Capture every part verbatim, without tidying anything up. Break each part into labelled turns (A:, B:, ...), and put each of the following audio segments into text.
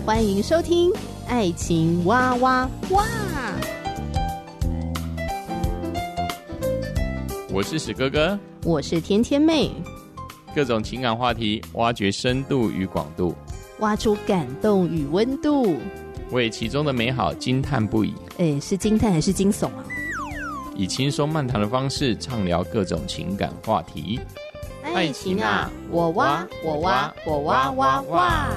A: 欢迎收听爱情哇哇哇。
B: 我是史哥哥，
A: 我是甜甜妹，
B: 各种情感话题，挖掘深度与广度，
A: 挖出感动与温度，
B: 为其中的美好惊叹不已。
A: 诶，是惊叹还是惊悚啊？
B: 以轻松漫谈的方式畅聊各种情感话题。
A: 爱情啊，我挖我挖我挖挖挖。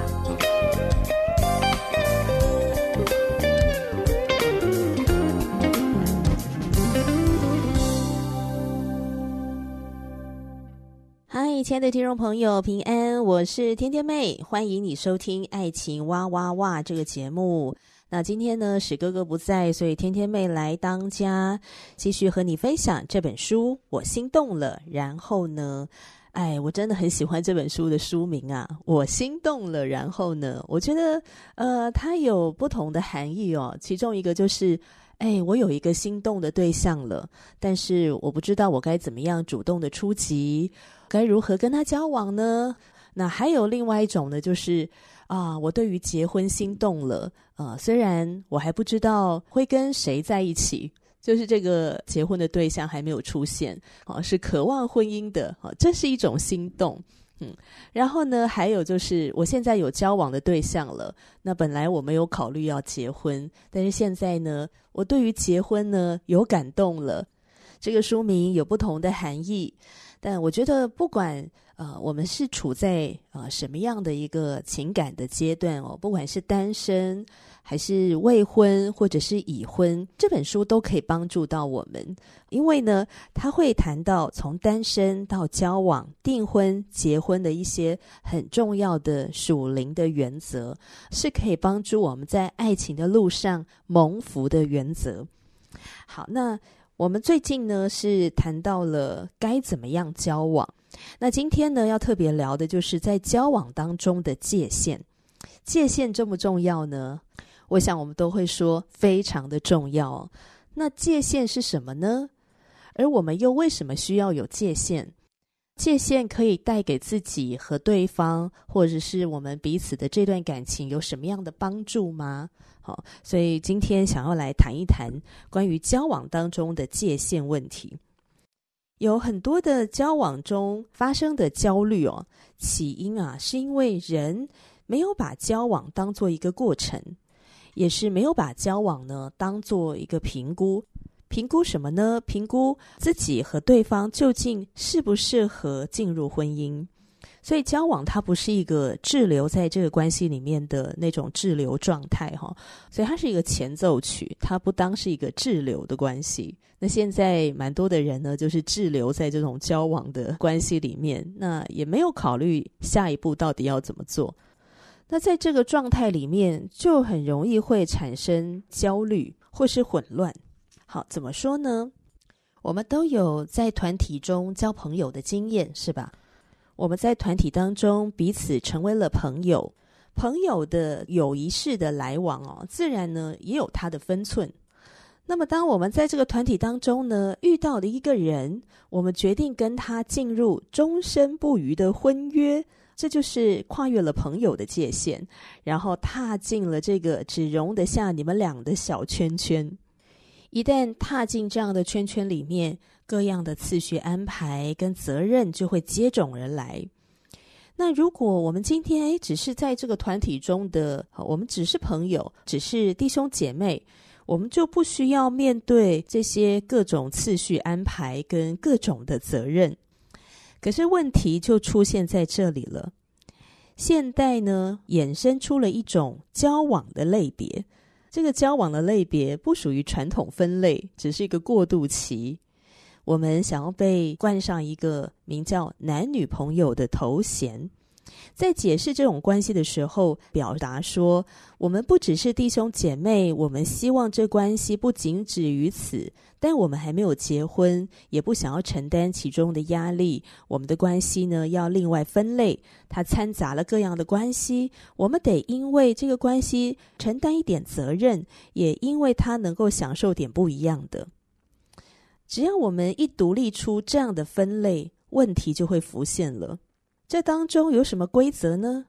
A: 嗨，亲爱的听众朋友，平安，我是甜甜妹，欢迎你收听《爱情哇哇哇》这个节目。那今天呢，史哥哥不在，所以甜甜妹来当家，继续和你分享这本书。我心动了，然后呢，哎，我真的很喜欢这本书的书名啊，我心动了，然后呢，我觉得呃，它有不同的含义哦。其中一个就是哎，我有一个心动的对象了，但是我不知道我该怎么样主动的出击，该如何跟他交往呢？那还有另外一种呢，就是啊，我对于结婚心动了，呃，虽然我还不知道会跟谁在一起，就是这个结婚的对象还没有出现，啊，是渴望婚姻的，啊，这是一种心动。嗯，然后呢，还有就是我现在有交往的对象了，那本来我没有考虑要结婚，但是现在呢，我对于结婚呢有感动了。这个书名有不同的含义，但我觉得不管呃我们是处在呃什么样的一个情感的阶段哦，不管是单身还是未婚或者是已婚，这本书都可以帮助到我们。因为呢，它会谈到从单身到交往、订婚、结婚的一些很重要的属灵的原则，是可以帮助我们在爱情的路上蒙福的原则。好，那我们最近呢是谈到了该怎么样交往，那今天呢要特别聊的就是在交往当中的界限。界限重不重要呢？我想我们都会说非常的重要。那界限是什么呢？而我们又为什么需要有界限？界限可以带给自己和对方，或者是我们彼此的这段感情有什么样的帮助吗？好，所以今天想要来谈一谈关于交往当中的界限问题。有很多的交往中发生的焦虑哦，起因啊是因为人没有把交往当作一个过程，也是没有把交往呢当作一个评估。评估什么呢？评估自己和对方究竟适不适合进入婚姻。所以交往它不是一个滞留在这个关系里面的那种滞留状态哈，所以它是一个前奏曲，它不当是一个滞留的关系。那现在蛮多的人呢，就是滞留在这种交往的关系里面，那也没有考虑下一步到底要怎么做。那在这个状态里面，就很容易会产生焦虑或是混乱。好，怎么说呢？我们都有在团体中交朋友的经验，是吧？我们在团体当中彼此成为了朋友，朋友的友谊式的来往哦，自然呢也有它的分寸。那么当我们在这个团体当中呢，遇到了一个人，我们决定跟他进入终身不渝的婚约，这就是跨越了朋友的界限，然后踏进了这个只容得下你们俩的小圈圈。一旦踏进这样的圈圈里面，各样的次序安排跟责任就会接踵而来。那如果我们今天诶只是在这个团体中的，我们只是朋友，只是弟兄姐妹，我们就不需要面对这些各种次序安排跟各种的责任。可是问题就出现在这里了，现代呢衍生出了一种交往的类别，这个交往的类别不属于传统分类，只是一个过渡期。我们想要被冠上一个名叫男女朋友的头衔，在解释这种关系的时候，表达说我们不只是弟兄姐妹，我们希望这关系不仅止于此，但我们还没有结婚，也不想要承担其中的压力。我们的关系呢要另外分类，它掺杂了各样的关系，我们得因为这个关系承担一点责任，也因为它能够享受点不一样的。只要我们一独立出这样的分类，问题就会浮现了。这当中有什么规则呢？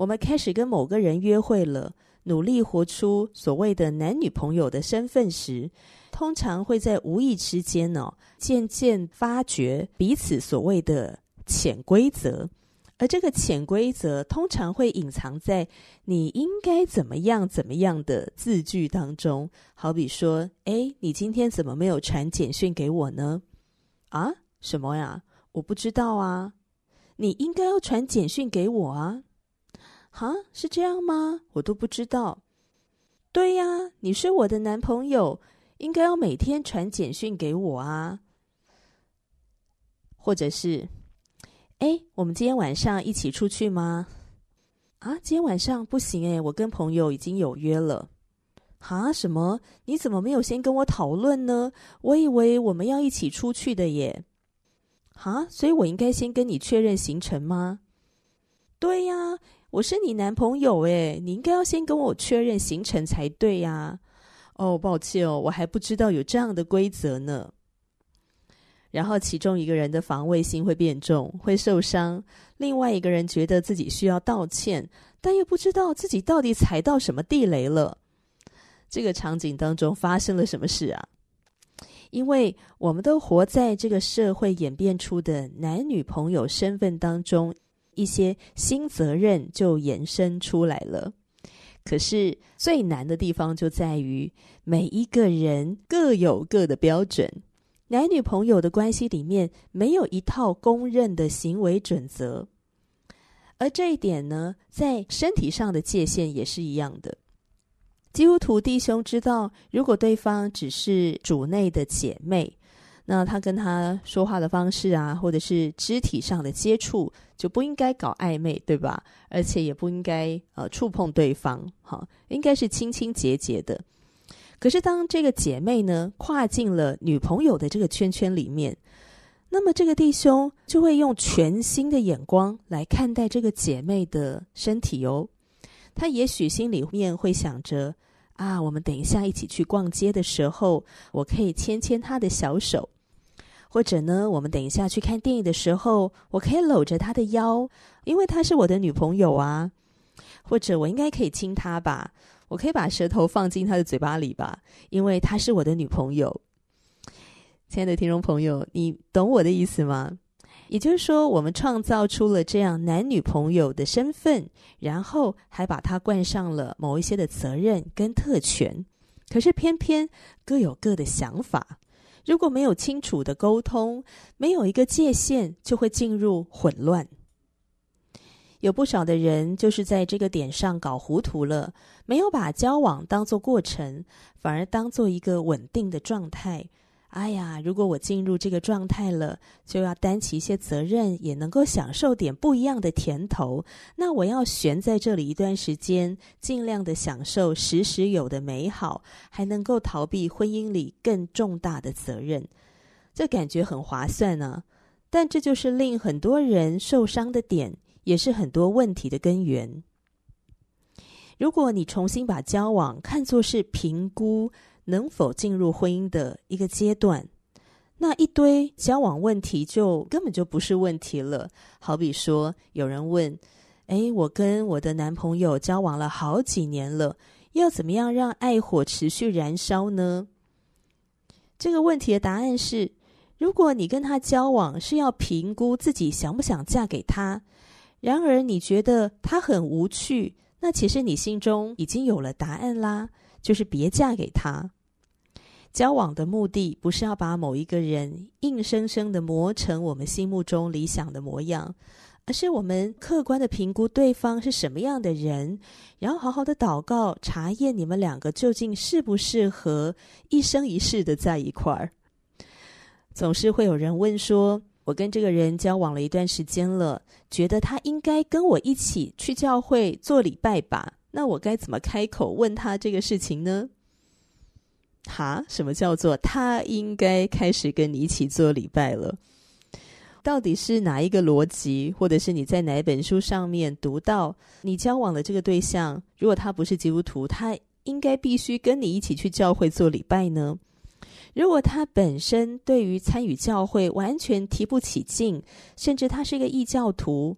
A: 我们开始跟某个人约会了，努力活出所谓的男女朋友的身份时，通常会在无意之间哦，渐渐发觉彼此所谓的潜规则，而这个潜规则通常会隐藏在你应该怎么样怎么样的字句当中。好比说，诶，你今天怎么没有传简讯给我呢？啊，什么呀？我不知道啊。你应该要传简讯给我啊。哈，是这样吗？我都不知道。对呀，你是我的男朋友，应该要每天传简讯给我啊。或者是，诶，我们今天晚上一起出去吗？啊，今天晚上不行诶，我跟朋友已经有约了。哈，什么？你怎么没有先跟我讨论呢？我以为我们要一起出去的耶。哈，所以我应该先跟你确认行程吗？对呀，我是你男朋友诶，你应该要先跟我确认行程才对呀。哦，抱歉哦，我还不知道有这样的规则呢。然后其中一个人的防卫心会变重，会受伤，另外一个人觉得自己需要道歉，但又不知道自己到底踩到什么地雷了。这个场景当中发生了什么事啊？因为我们都活在这个社会演变出的男女朋友身份当中，一些新责任就延伸出来了。可是最难的地方就在于每一个人各有各的标准，男女朋友的关系里面没有一套公认的行为准则，而这一点呢，在身体上的界限也是一样的。基督徒弟兄知道，如果对方只是主内的姐妹，那他跟他说话的方式啊，或者是肢体上的接触，就不应该搞暧昧，对吧？而且也不应该呃触碰对方，好，应该是清清洁洁的。可是当这个姐妹呢跨进了女朋友的这个圈圈里面，那么这个弟兄就会用全新的眼光来看待这个姐妹的身体哦。他也许心里面会想着啊，我们等一下一起去逛街的时候，我可以牵牵她的小手，或者呢，我们等一下去看电影的时候，我可以搂着她的腰，因为她是我的女朋友啊。或者我应该可以亲她吧，我可以把舌头放进她的嘴巴里吧，因为她是我的女朋友。亲爱的听众朋友，你懂我的意思吗？也就是说，我们创造出了这样男女朋友的身份，然后还把它冠上了某一些的责任跟特权。可是偏偏各有各的想法，如果没有清楚的沟通，没有一个界限，就会进入混乱。有不少的人就是在这个点上搞糊涂了，没有把交往当作过程，反而当作一个稳定的状态。哎呀，如果我进入这个状态了，就要担起一些责任，也能够享受点不一样的甜头，那我要悬在这里一段时间，尽量的享受时时有的美好，还能够逃避婚姻里更重大的责任。这感觉很划算啊，但这就是令很多人受伤的点，也是很多问题的根源。如果你重新把交往看作是评估能否进入婚姻的一个阶段，那一堆交往问题就根本就不是问题了。好比说，有人问，诶，我跟我的男朋友交往了好几年了，要怎么样让爱火持续燃烧呢？这个问题的答案是，如果你跟他交往是要评估自己想不想嫁给他，然而你觉得他很无趣，那其实你心中已经有了答案啦，就是别嫁给他。交往的目的不是要把某一个人硬生生的磨成我们心目中理想的模样，而是我们客观的评估对方是什么样的人，然后好好的祷告，查验你们两个究竟适不适合一生一世的在一块儿。总是会有人问说，我跟这个人交往了一段时间了，觉得他应该跟我一起去教会做礼拜吧，那我该怎么开口问他这个事情呢？哈，什么叫做他应该开始跟你一起做礼拜了？到底是哪一个逻辑，或者是你在哪一本书上面读到，你交往的这个对象，如果他不是基督徒，他应该必须跟你一起去教会做礼拜呢？如果他本身对于参与教会完全提不起劲，甚至他是一个异教徒，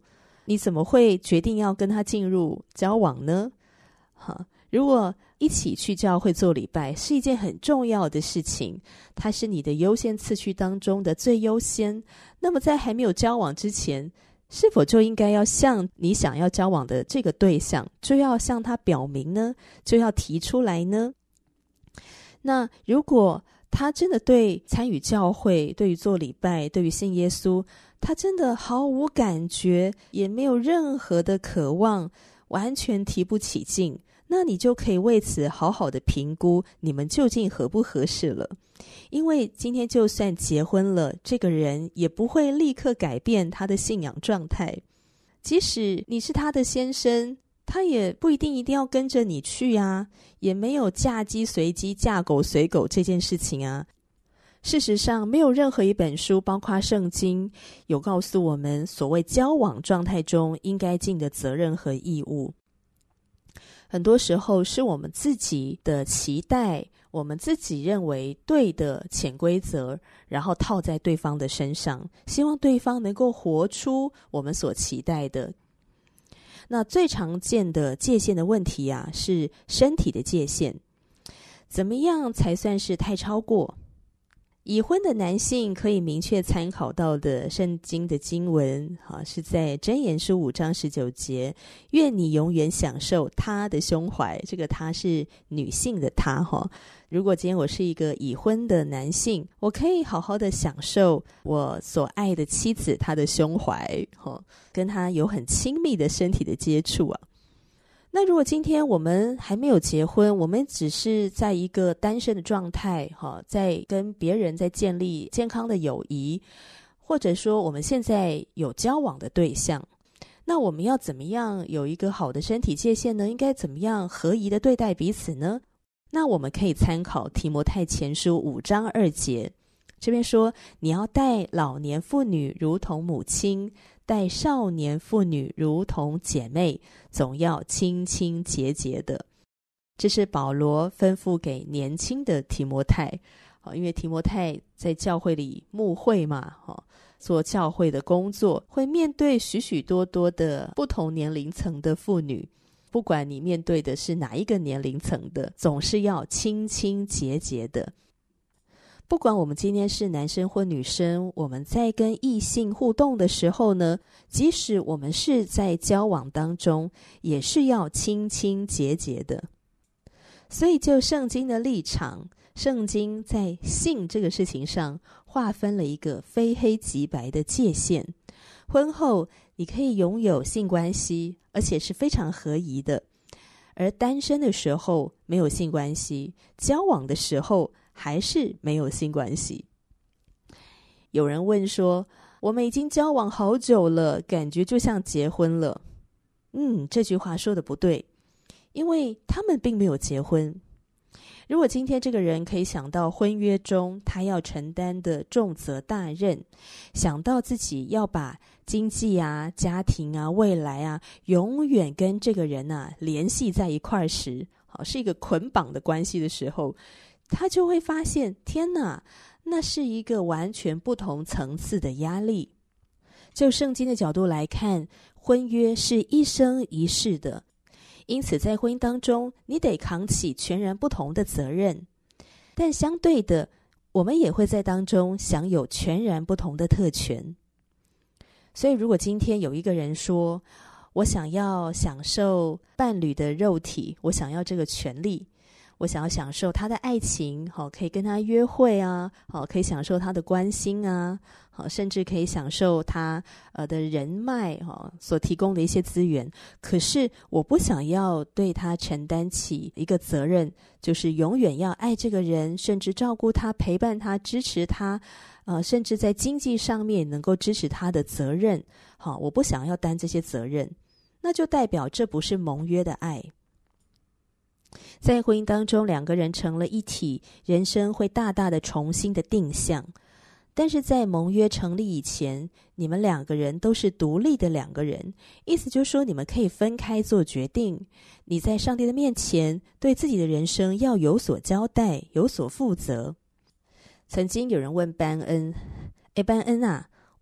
A: 你怎么会决定要跟他进入交往呢？哈，如果一起去教会做礼拜是一件很重要的事情，它是你的优先次序当中的最优先，那么在还没有交往之前，是否就应该要向你想要交往的这个对象，就要向他表明呢？就要提出来呢？那如果他真的对参与教会，对于做礼拜，对于信耶稣，他真的毫无感觉，也没有任何的渴望，完全提不起劲，那你就可以为此好好的评估你们究竟合不合适了。因为今天就算结婚了，这个人也不会立刻改变他的信仰状态，即使你是他的先生，他也不一定一定要跟着你去啊，也没有嫁鸡随鸡嫁狗随狗这件事情啊。事实上，没有任何一本书，包括圣经，有告诉我们所谓交往状态中应该尽的责任和义务。很多时候是我们自己的期待，我们自己认为对的潜规则，然后套在对方的身上，希望对方能够活出我们所期待的。那最常见的界限的问题啊，是身体的界限，怎么样才算是太超过？已婚的男性可以明确参考到的圣经的经文，啊，是在箴言书五章十九节，愿你永远享受他的胸怀。这个他是女性的他哈。如果今天我是一个已婚的男性，我可以好好的享受我所爱的妻子她的胸怀，哈，跟她有很亲密的身体的接触啊。那如果今天我们还没有结婚，我们只是在一个单身的状态，在跟别人在建立健康的友谊，或者说我们现在有交往的对象，那我们要怎么样有一个好的身体界限呢？应该怎么样合宜的对待彼此呢？那我们可以参考提摩太前书五章二节，这边说，你要待老年妇女如同母亲，待少年妇女如同姐妹，总要清清洁洁的。这是保罗吩咐给年轻的提摩太，因为提摩太在教会里牧会嘛，做教会的工作，会面对许许多多的不同年龄层的妇女，不管你面对的是哪一个年龄层的，总是要清清洁洁的。不管我们今天是男生或女生，我们在跟异性互动的时候呢，即使我们是在交往当中，也是要清清洁洁的。所以就圣经的立场，圣经在性这个事情上划分了一个非黑即白的界限。婚后你可以拥有性关系，而且是非常合宜的，而单身的时候没有性关系，交往的时候还是没有性关系。有人问说，我们已经交往好久了，感觉就像结婚了。嗯，这句话说的不对，因为他们并没有结婚。如果今天这个人可以想到婚约中他要承担的重责大任，想到自己要把经济啊、家庭啊、未来啊，永远跟这个人啊联系在一块时，好，是一个捆绑的关系的时候，他就会发现，天哪，那是一个完全不同层次的压力。就圣经的角度来看，婚约是一生一世的，因此在婚姻当中，你得扛起全然不同的责任。但相对的，我们也会在当中享有全然不同的特权。所以如果今天有一个人说，我想要享受伴侣的肉体，我想要这个权利，我想要享受他的爱情，可以跟他约会啊，可以享受他的关心啊，甚至可以享受他的人脉所提供的一些资源。可是我不想要对他承担起一个责任，就是永远要爱这个人，甚至照顾他、陪伴他、支持他，呃，甚至在经济上面能够支持他的责任。好，我不想要担这些责任，那就代表这不是盟约的爱。在婚姻当中，两个人成了一体，人生会大大的重新的定向。但是在盟约成立以前，你们两个人都是独立的两个人，意思就是说你们可以分开做决定。你在上帝的面前对自己的人生要有所交代，有所负责。曾经有人问班恩，诶，班恩啊，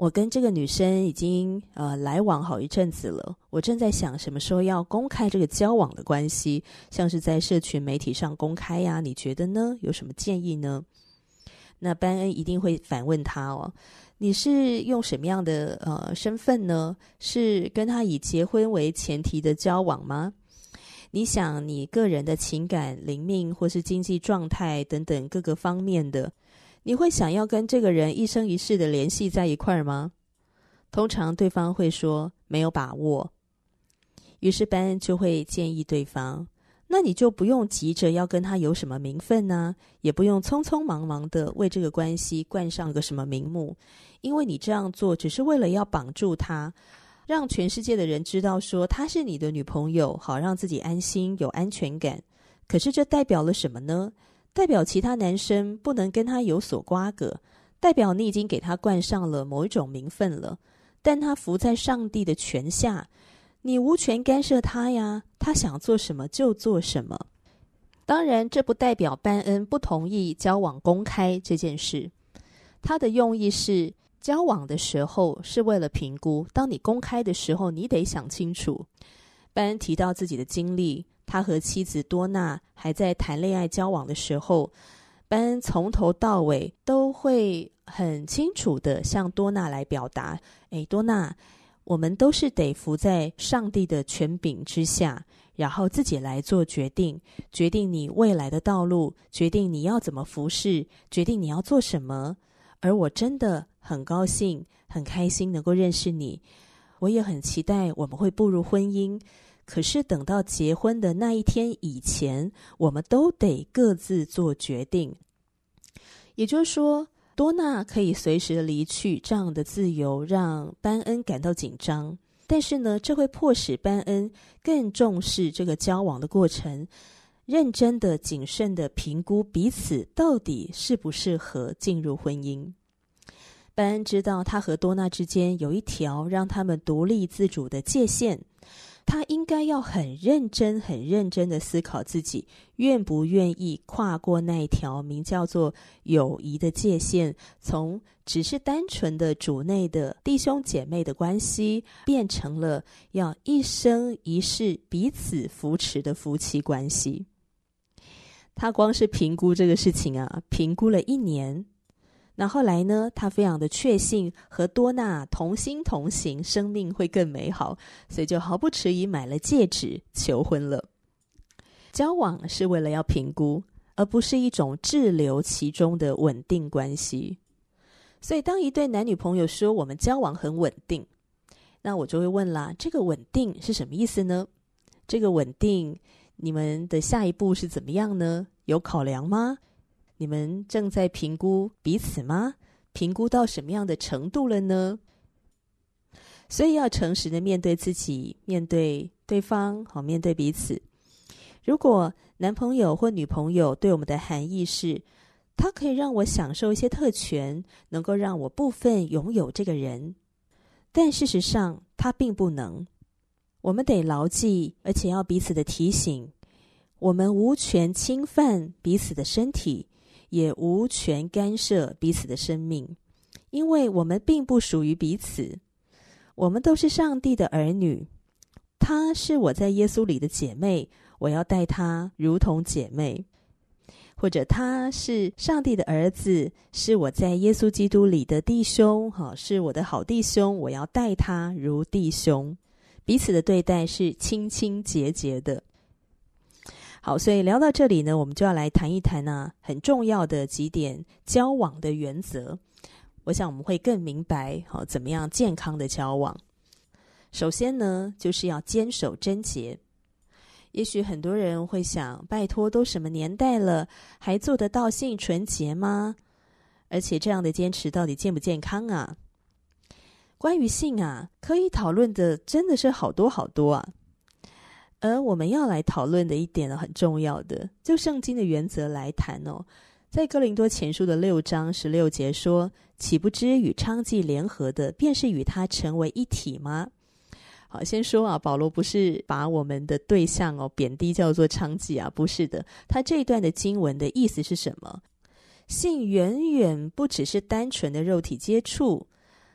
A: 我跟这个女生已经呃来往好一阵子了，我正在想什么时候要公开这个交往的关系，像是在社群媒体上公开呀，你觉得呢？有什么建议呢？那班恩一定会反问他哦，你是用什么样的呃身份呢？是跟他以结婚为前提的交往吗？你想你个人的情感、灵命或是经济状态等等各个方面的，你会想要跟这个人一生一世的联系在一块儿吗？通常对方会说没有把握，于是班恩就会建议对方，那你就不用急着要跟他有什么名分啊，也不用匆匆忙忙的为这个关系冠上个什么名目，因为你这样做只是为了要绑住他，让全世界的人知道说她是你的女朋友，好让自己安心有安全感。可是这代表了什么呢？代表其他男生不能跟他有所瓜葛，代表你已经给他冠上了某一种名分了，但他服在上帝的权下，你无权干涉他呀，他想做什么就做什么。当然这不代表班恩不同意交往公开这件事，他的用意是交往的时候是为了评估，当你公开的时候你得想清楚。班恩提到自己的经历，他和妻子多娜还在谈恋爱交往的时候，班恩从头到尾都会很清楚地向多娜来表达，诶，多娜，我们都是得服在上帝的权柄之下，然后自己来做决定，决定你未来的道路，决定你要怎么服侍，决定你要做什么。而我真的很高兴很开心能够认识你，我也很期待我们会步入婚姻，可是等到结婚的那一天以前，我们都得各自做决定。也就是说，多娜可以随时离去，这样的自由让班恩感到紧张，但是呢，这会迫使班恩更重视这个交往的过程，认真的谨慎的评估彼此到底适不适合进入婚姻。班恩知道他和多娜之间有一条让他们独立自主的界限，他应该要很认真很认真的思考自己愿不愿意跨过那一条名叫做友谊的界限，从只是单纯的主内的弟兄姐妹的关系变成了要一生一世彼此扶持的夫妻关系。他光是评估这个事情啊，评估了一年。那后来呢，他非常的确信和多娜同心同行，生命会更美好，所以就毫不迟疑买了戒指求婚了。交往是为了要评估，而不是一种滞留其中的稳定关系。所以当一对男女朋友说我们交往很稳定，那我就会问啦，这个稳定是什么意思呢？这个稳定你们的下一步是怎么样呢？有考量吗？你们正在评估彼此吗？评估到什么样的程度了呢？所以要诚实的面对自己，面对对方，好，面对彼此。如果男朋友或女朋友对我们的含义是，他可以让我享受一些特权，能够让我部分拥有这个人，但事实上他并不能。我们得牢记，而且要彼此的提醒，我们无权侵犯彼此的身体，也无权干涉彼此的生命，因为我们并不属于彼此。我们都是上帝的儿女，她是我在耶稣里的姐妹，我要待她如同姐妹；或者他是上帝的儿子，是我在耶稣基督里的弟兄，是我的好弟兄，我要待他如弟兄。彼此的对待是清清洁洁的。好，所以聊到这里呢，我们就要来谈一谈啊，很重要的几点交往的原则。我想我们会更明白，好，怎么样健康的交往。首先呢，就是要坚守贞洁。也许很多人会想，拜托，都什么年代了，还做得到性纯洁吗？而且这样的坚持到底健不健康啊？关于性啊，可以讨论的真的是好多好多啊。而我们要来讨论的一点呢，很重要的，就圣经的原则来谈哦。在哥林多前书的六章十六节说，岂不知与娼妓联合的，便是与他成为一体吗？好，先说啊，保罗不是把我们的对象哦贬低叫做娼妓啊，不是的。他这一段的经文的意思是什么？性远远不只是单纯的肉体接触，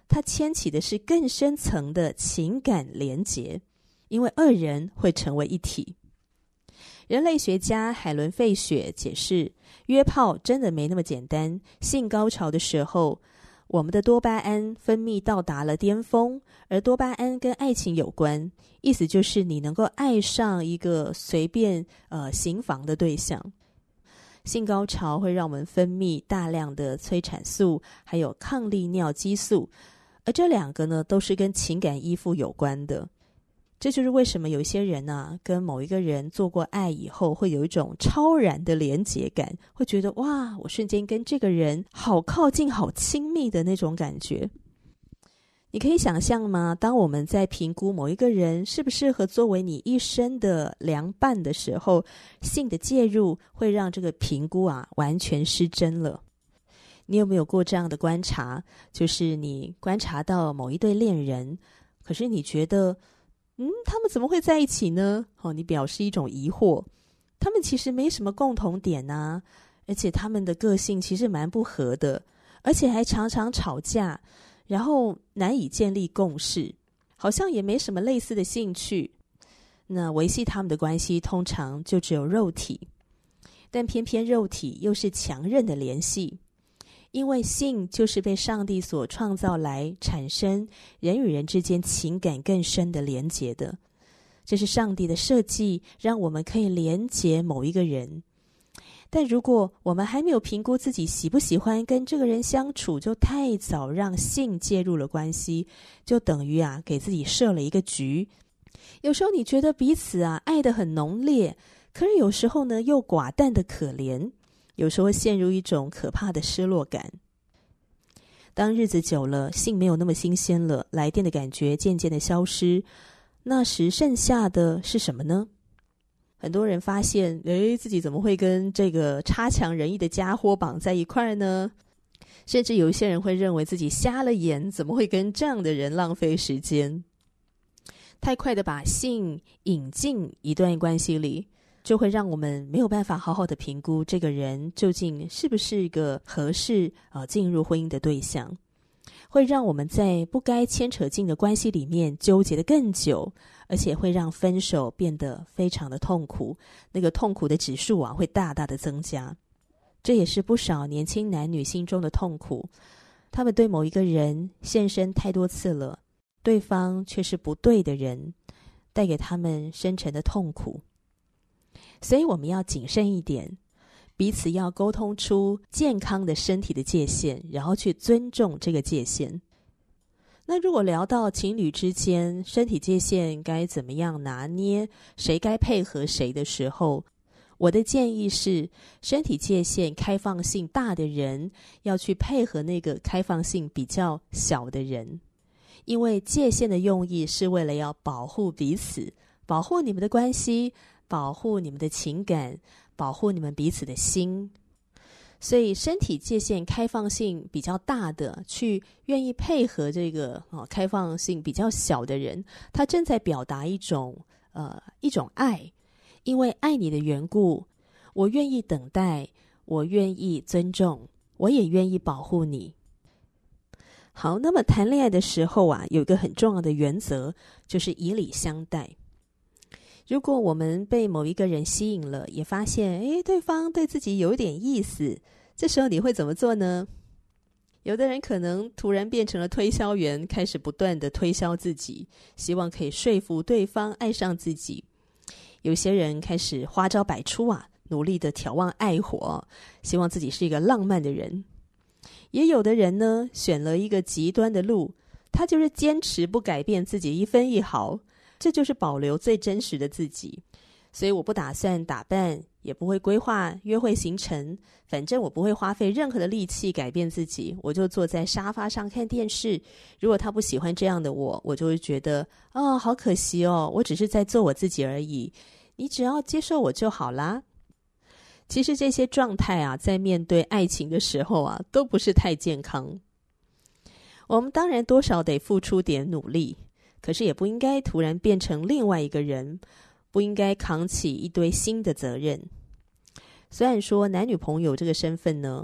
A: 它牵起的是更深层的情感连结，因为二人会成为一体。人类学家海伦·费雪解释，约炮真的没那么简单。性高潮的时候，我们的多巴胺分泌到达了巅峰，而多巴胺跟爱情有关，意思就是你能够爱上一个随便呃行房的对象。性高潮会让我们分泌大量的催产素，还有抗利尿激素，而这两个呢，都是跟情感依附有关的。这就是为什么有一些人啊，跟某一个人做过爱以后，会有一种超然的连结感，会觉得哇，我瞬间跟这个人好靠近、好亲密的那种感觉。你可以想象吗？当我们在评估某一个人适不适合作为你一生的良伴的时候，性的介入会让这个评估啊完全失真了。你有没有过这样的观察？就是你观察到某一对恋人，可是你觉得嗯，他们怎么会在一起呢？哦，你表示一种疑惑。他们其实没什么共同点啊，而且他们的个性其实蛮不合的，而且还常常吵架，然后难以建立共识，好像也没什么类似的兴趣。那维系他们的关系通常就只有肉体，但偏偏肉体又是强韧的联系。因为性就是被上帝所创造来产生人与人之间情感更深的连结的，这是上帝的设计，让我们可以连结某一个人。但如果我们还没有评估自己喜不喜欢跟这个人相处，就太早让性介入了关系，就等于啊给自己设了一个局。有时候你觉得彼此啊爱得很浓烈，可是有时候呢又寡淡的可怜，有时候陷入一种可怕的失落感。当日子久了，性没有那么新鲜了，来电的感觉渐渐的消失，那时剩下的是什么呢？很多人发现，诶，自己怎么会跟这个差强人意的家伙绑在一块呢？甚至有一些人会认为自己瞎了眼，怎么会跟这样的人浪费时间？太快的把性引进一段关系里，就会让我们没有办法好好的评估这个人究竟是不是一个合适呃进入婚姻的对象，会让我们在不该牵扯进的关系里面纠结得更久，而且会让分手变得非常的痛苦，那个痛苦的指数啊会大大的增加。这也是不少年轻男女心中的痛苦，他们对某一个人献身太多次了，对方却是不对的人，带给他们深沉的痛苦。所以我们要谨慎一点，彼此要沟通出健康的身体的界限，然后去尊重这个界限。那如果聊到情侣之间身体界限该怎么样拿捏，谁该配合谁的时候，我的建议是，身体界限开放性大的人要去配合那个开放性比较小的人，因为界限的用意是为了要保护彼此，保护你们的关系，保护你们的情感，保护你们彼此的心。所以身体界限开放性比较大的，去愿意配合这个、哦、开放性比较小的人，他正在表达一种呃一种爱，因为爱你的缘故，我愿意等待，我愿意尊重，我也愿意保护你。好，那么谈恋爱的时候啊，有一个很重要的原则，就是以礼相待。如果我们被某一个人吸引了，也发现诶对方对自己有一点意思，这时候你会怎么做呢？有的人可能突然变成了推销员，开始不断的推销自己，希望可以说服对方爱上自己。有些人开始花招百出啊，努力的眺望爱火，希望自己是一个浪漫的人。也有的人呢，选了一个极端的路，他就是坚持不改变自己一分一毫，这就是保留最真实的自己。所以我不打算打扮，也不会规划约会行程，反正我不会花费任何的力气改变自己，我就坐在沙发上看电视。如果他不喜欢这样的我，我就会觉得哦，好可惜哦，我只是在做我自己而已，你只要接受我就好啦。其实这些状态啊，在面对爱情的时候啊，都不是太健康。我们当然多少得付出点努力，可是也不应该突然变成另外一个人，不应该扛起一堆新的责任。虽然说男女朋友这个身份呢，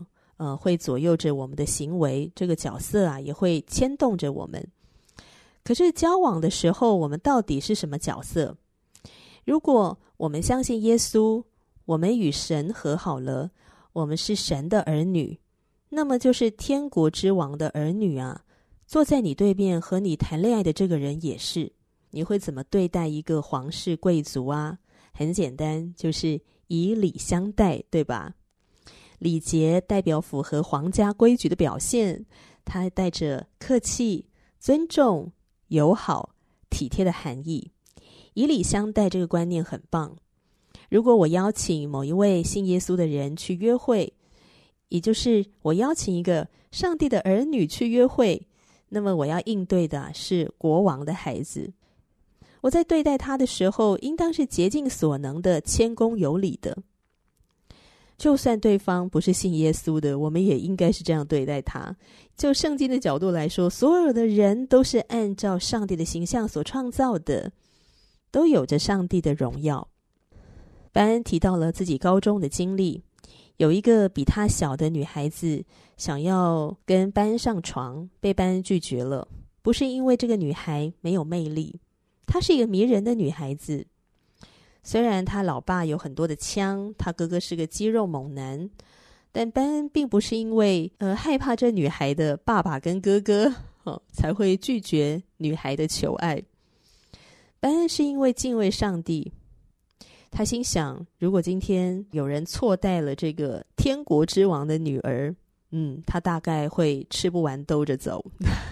A: 呃，会左右着我们的行为，这个角色啊也会牵动着我们。可是交往的时候，我们到底是什么角色？如果我们相信耶稣，我们与神和好了，我们是神的儿女，那么就是天国之王的儿女啊。坐在你对面和你谈恋爱的这个人也是，你会怎么对待一个皇室贵族啊？很简单，就是以礼相待，对吧？礼节代表符合皇家规矩的表现，它带着客气、尊重、友好、体贴的含义。以礼相待这个观念很棒。如果我邀请某一位信耶稣的人去约会，也就是我邀请一个上帝的儿女去约会，那么我要应对的是国王的孩子。我在对待他的时候，应当是竭尽所能的谦恭有礼的。就算对方不是信耶稣的，我们也应该是这样对待他。就圣经的角度来说，所有的人都是按照上帝的形象所创造的，都有着上帝的荣耀。班恩提到了自己高中的经历，有一个比他小的女孩子想要跟班恩上床，被班恩拒绝了。不是因为这个女孩没有魅力，她是一个迷人的女孩子。虽然他老爸有很多的枪，他哥哥是个肌肉猛男，但班恩并不是因为呃害怕这女孩的爸爸跟哥哥、哦、才会拒绝女孩的求爱。班恩是因为敬畏上帝，他心想，如果今天有人错待了这个天国之王的女儿，嗯，他大概会吃不完兜着走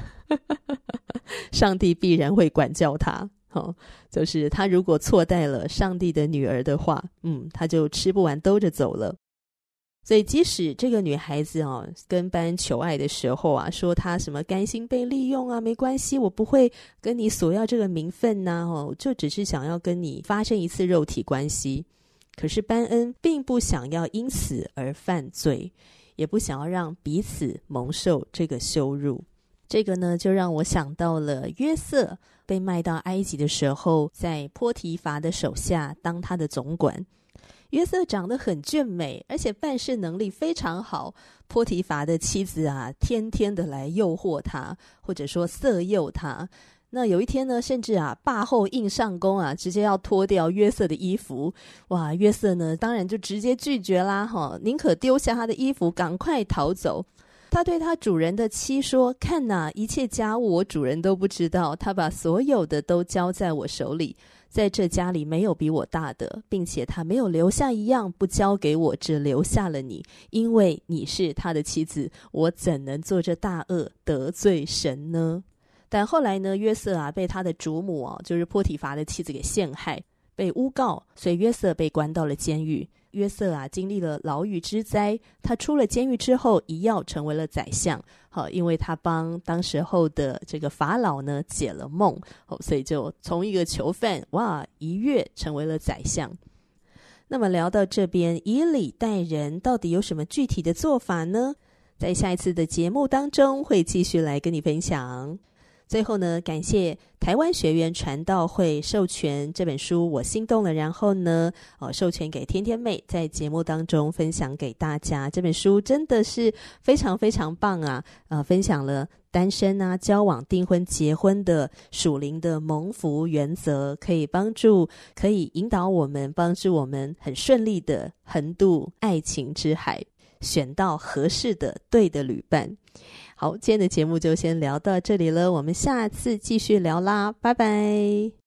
A: 上帝必然会管教他。哦，就是他如果错待了上帝的女儿的话，嗯，他就吃不完兜着走了。所以即使这个女孩子哦跟班恩求爱的时候啊，说她什么甘心被利用啊，没关系，我不会跟你索要这个名分呐、啊，哦，就只是想要跟你发生一次肉体关系。可是班恩并不想要因此而犯罪，也不想要让彼此蒙受这个羞辱。这个呢，就让我想到了约瑟被卖到埃及的时候，在波提乏的手下当他的总管。约瑟长得很俊美，而且办事能力非常好。波提乏的妻子啊，天天的来诱惑他，或者说色诱他。那有一天呢，甚至啊，罢后硬上弓啊，直接要脱掉约瑟的衣服。哇，约瑟呢，当然就直接拒绝啦，哈，宁可丢下他的衣服，赶快逃走。他对他主人的妻说，看哪，一切家务我主人都不知道，他把所有的都交在我手里，在这家里没有比我大的，并且他没有留下一样不交给我，只留下了你，因为你是他的妻子，我怎能做这大恶得罪神呢？但后来呢，约瑟啊被他的主母啊，就是波提乏的妻子给陷害，被诬告，所以约瑟被关到了监狱。约瑟啊经历了牢狱之灾，他出了监狱之后一跃成为了宰相，好，因为他帮当时候的这个法老呢解了梦，好，所以就从一个囚犯哇一跃成为了宰相。那么聊到这边，以礼待人到底有什么具体的做法呢？在下一次的节目当中会继续来跟你分享。最后呢，感谢台湾学员传道会授权这本书我心动了，然后呢、哦、授权给天天妹在节目当中分享给大家。这本书真的是非常非常棒啊，呃，分享了单身啊、交往、订婚、结婚的属灵的蒙福原则，可以帮助可以引导我们，帮助我们很顺利的横渡爱情之海，选到合适的对的旅伴。好，今天的节目就先聊到这里了，我们下次继续聊啦，拜拜。